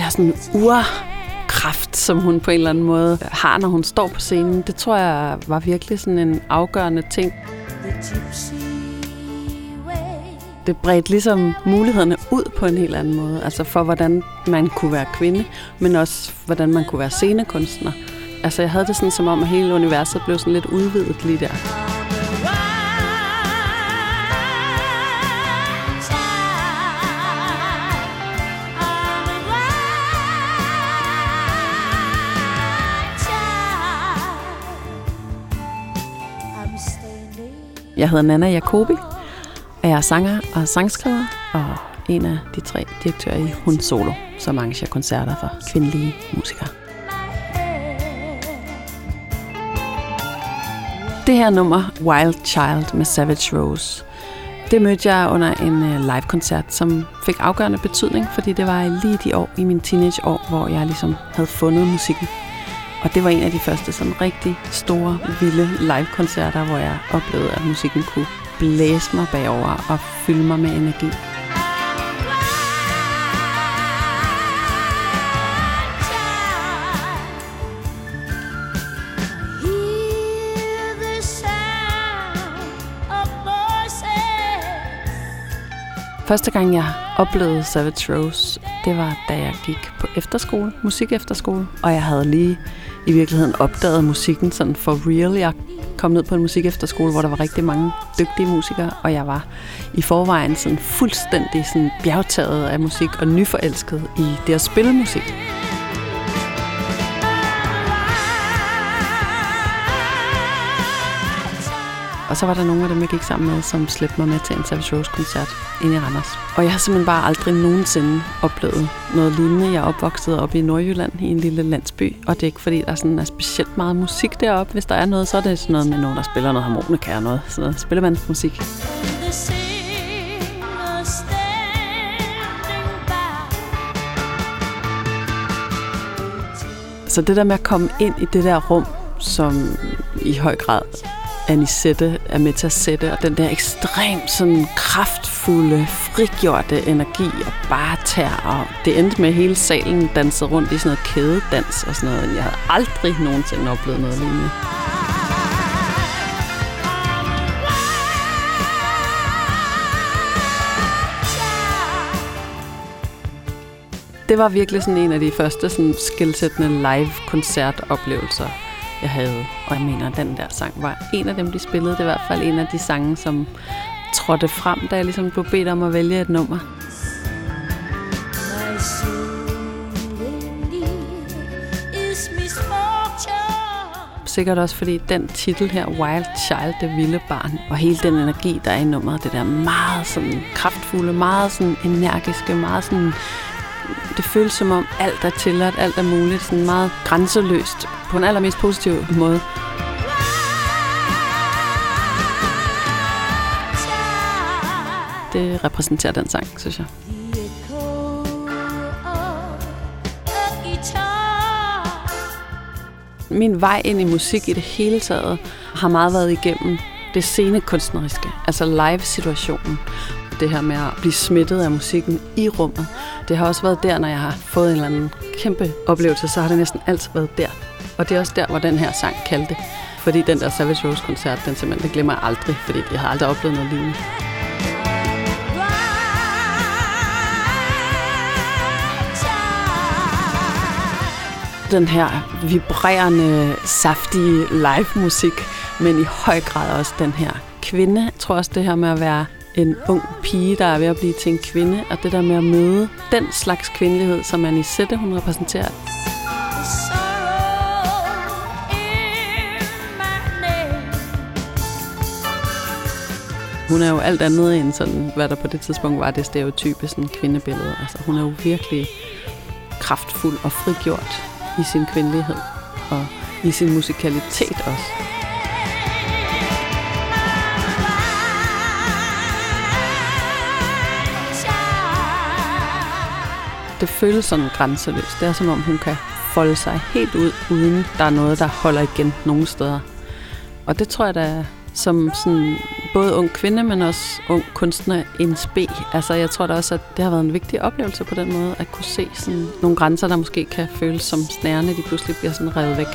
det har sådan en urkraft, som hun på en eller anden måde har, når hun står på scenen. Det tror jeg var virkelig sådan en afgørende ting. Det bredte ligesom mulighederne ud på en helt anden måde. Altså for, hvordan man kunne være kvinde, men også hvordan man kunne være scenekunstner. Altså jeg havde det sådan som om, at hele universet blev sådan lidt udvidet lige der. Jeg hedder Nanna Jacobi, og jeg er sanger og sangskriver, og en af de 3 direktører i Hun Solo, som arrangerer koncerter for kvindelige musikere. Det her nummer, Wild Child med Savage Rose, det mødte jeg under en live-koncert, som fik afgørende betydning, fordi det var lige de år i mine teenageår, hvor jeg ligesom havde fundet musikken. Og det var en af de første sådan rigtig store, vilde live-koncerter, hvor jeg oplevede, at musikken kunne blæse mig bagover og fylde mig med energi. Første gang jeg oplevede Savage Rose, det var da jeg gik på efterskole, musikefterskole, og jeg havde lige i virkeligheden opdaget musikken sådan for real. Jeg kom ned på en musikefterskole, hvor der var rigtig mange dygtige musikere, og jeg var i forvejen sådan fuldstændig sådan bjergtaget af musik og nyforelsket i det at spille musik. Og så var der nogle af dem, jeg gik sammen med, som slæbte mig med til en Savage Rose-koncert inde i Randers. Og jeg har simpelthen bare aldrig nogensinde oplevet noget lignende. Jeg er opvokset oppe i Nordjylland i en lille landsby, og det er ikke fordi, der sådan er specielt meget musik deroppe. Hvis der er noget, så er det sådan noget med nogen, der spiller noget harmonika og noget. Sådan noget spillemandsmusik. Så det der med at komme ind i det der rum, som i høj grad Anisette er med til at sætte, og den der ekstremt sådan kraftfulde, frigjorte energi og bare tær, og det endte med at hele salen dansede rundt i sådan noget kædedans og sådan noget. Jeg havde aldrig nogensinde oplevet noget lignende. Det var virkelig sådan en af de første sådan skelsættende live-koncertoplevelser, jeg havde. Og jeg mener, at den der sang var en af dem, de spillede. Det er i hvert fald en af de sange, som trådte frem, da jeg ligesom blev bedt om at vælge et nummer. Sikkert også fordi den titel her, Wild Child, det vilde barn, og hele den energi, der er i nummeret, det der meget sådan kraftfulde, meget sådan energiske, meget sådan, det føles som om alt er tilladt, alt er muligt, sådan meget grænseløst, på en allermest positiv måde. Det repræsenterer den sang, synes jeg. Min vej ind i musik i det hele taget har meget været igennem det scenekunstneriske, altså live-situationen. Det her med at blive smittet af musikken i rummet. Det har også været der, når jeg har fået en eller anden kæmpe oplevelse, så har det næsten altid været der. Og det er også der, hvor den her sang kaldte. Fordi den der Savage Rose-koncert, den simpelthen, det glemmer jeg aldrig, fordi jeg har aldrig oplevet noget lignende. Den her vibrerende, saftige live-musik, men i høj grad også den her kvinde. Jeg tror også det her med at være en ung pige, der er ved at blive til en kvinde, og det der med at møde den slags kvindelighed, som Anisette, hun repræsenterer. Hun er jo alt andet end sådan, hvad der på det tidspunkt var det stereotype sådan kvindebillede. Altså, hun er jo virkelig kraftfuld og frigjort i sin kvindelighed og i sin musikalitet også. Det føles sådan grænseløst. Det er som om hun kan folde sig helt ud, uden der er noget, der holder igen nogen steder. Og det tror jeg da som sådan både ung kvinde, men også ung kunstner en spe. Altså jeg tror da også, at det har været en vigtig oplevelse på den måde, at kunne se sådan nogle grænser, der måske kan føles som snærende, de pludselig bliver sådan revet væk.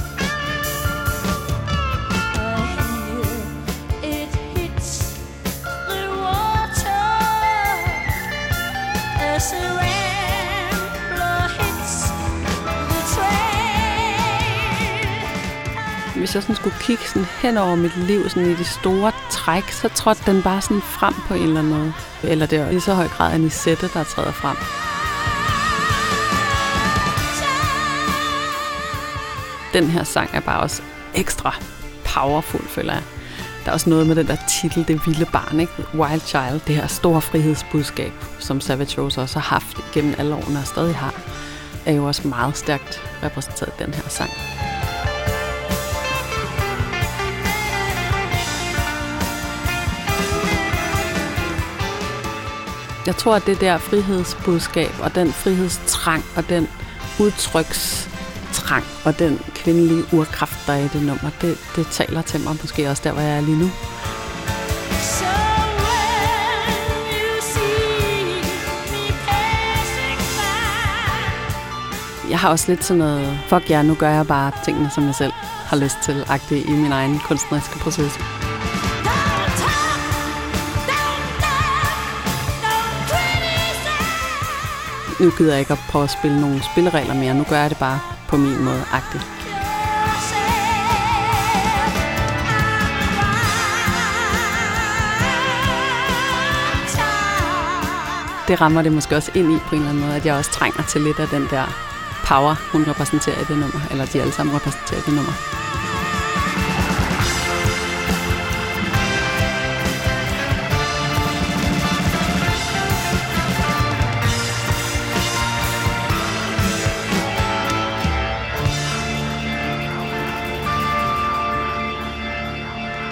Hvis jeg sådan skulle kigge sådan hen over mit liv sådan i de store træk, så trådte den bare sådan frem på en eller anden måde. Eller det er i så høj grad Anisette, der træder frem. Den her sang er bare også ekstra powerful, føler jeg. Der er også noget med den der titel, Det vilde barn, ikke? Wild Child, det her store frihedsbudskab, som Savage Rose også har haft gennem alle årene og stadig har, er jo også meget stærkt repræsenteret i den her sang. Jeg tror, at det der frihedsbudskab og den frihedstrang og den udtrykstrang og den kvindelige urkraft, der er i det nummer, det taler til mig måske også der, hvor jeg er lige nu. Jeg har også lidt sådan noget, fuck ja, nu gør jeg bare tingene, som jeg selv har lyst til, agtigt i min egen kunstneriske proces. Nu gider jeg ikke at prøve at spille nogle spilleregler mere. Nu gør jeg det bare på min måde, agtigt. Det rammer det måske også ind i på en eller anden måde, at jeg også trænger til lidt af den der power, hun repræsenterer i det nummer. Eller de alle sammen repræsenterer i det nummer.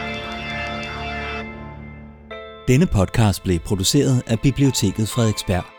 Denne podcast blev produceret af Biblioteket Frederiksberg.